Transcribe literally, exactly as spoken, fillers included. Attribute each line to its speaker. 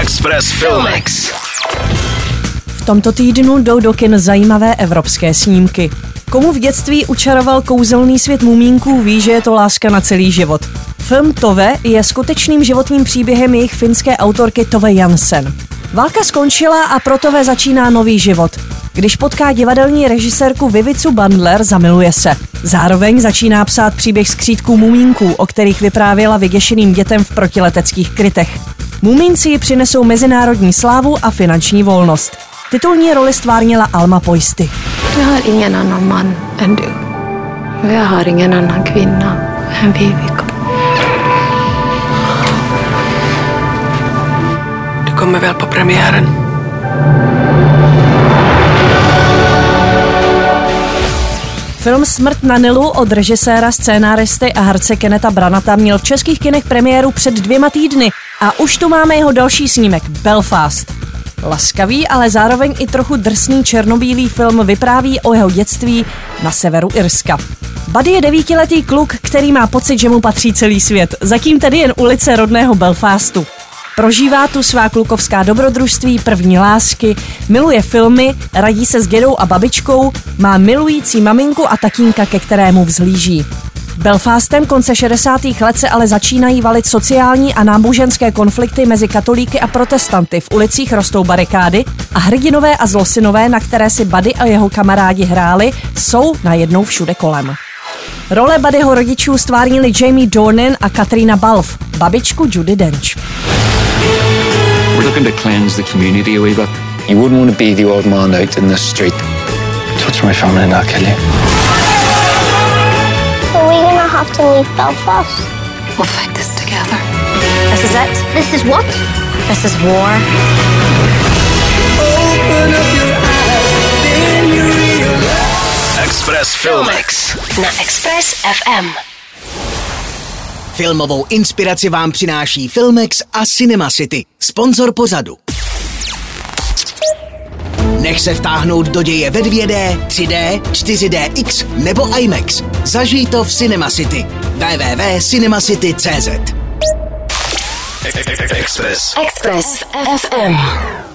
Speaker 1: Express Filmex.
Speaker 2: V tomto týdnu jdou do kin zajímavé evropské snímky. Komu v dětství učaroval kouzelný svět mumínků, ví, že je to láska na celý život. Film Tove je skutečným životním příběhem jejich finské autorky Tove Jansson. Válka skončila a pro Tove začíná nový život. Když potká divadelní režisérku Vivicu Bandler, zamiluje se. Zároveň začíná psát příběh skřítků mumínků, o kterých vyprávěla vyděšeným dětem v protileteckých krytech. Mumínci ji přinesou mezinárodní slávu a finanční volnost. Titulní roli stvárnila Alma Poisty.
Speaker 3: Jag har ingen annan man än du. Och jag har ingen annan kvinna än Vivica.
Speaker 4: Du kommer väl på premiären?
Speaker 2: Film Smrt na Nilu od režiséra, scénáristy a herce Kennetha Branagha měl v českých kinech premiéru před dvěma týdny a už tu máme jeho další snímek Belfast. Laskavý, ale zároveň i trochu drsný černobílý film vypráví o jeho dětství na severu Irska. Buddy je devítiletý kluk, který má pocit, že mu patří celý svět, zatím tedy jen ulice rodného Belfastu. Prožívá tu svá klukovská dobrodružství, první lásky, miluje filmy, radí se s dědou a babičkou, má milující maminku a tatínka, ke kterému vzhlíží. Belfastem konce šedesátých let se ale začínají valit sociální a náboženské konflikty mezi katolíky a protestanty. V ulicích rostou barikády a hrdinové a zlosinové, na které si Buddy a jeho kamarádi hráli, jsou najednou všude kolem. Role Buddyho rodičů stvárnili Jamie Dornan a Katrina Balfe, babičku Judi Dench.
Speaker 5: We're looking to cleanse the community a wee bit.
Speaker 6: You wouldn't want to be the old man out in the street. Touch my family and I'll kill you.
Speaker 7: Are we gonna have to leave Belfast?
Speaker 3: We'll fight this together.
Speaker 7: This is it. This is what?
Speaker 3: This is war.
Speaker 1: Open up your eyes, then you realize. Express Filmex
Speaker 8: na Express F M.
Speaker 9: Filmovou inspiraci vám přináší Filmex a Cinema City, sponzor pořadu. Nech se vtáhnout do děje ve dvě dé, tři dé, čtyři dé X nebo IMAX. Zažij to v Cinema City. w w w tečka cinemacity tečka cz
Speaker 1: Express
Speaker 8: Express F M.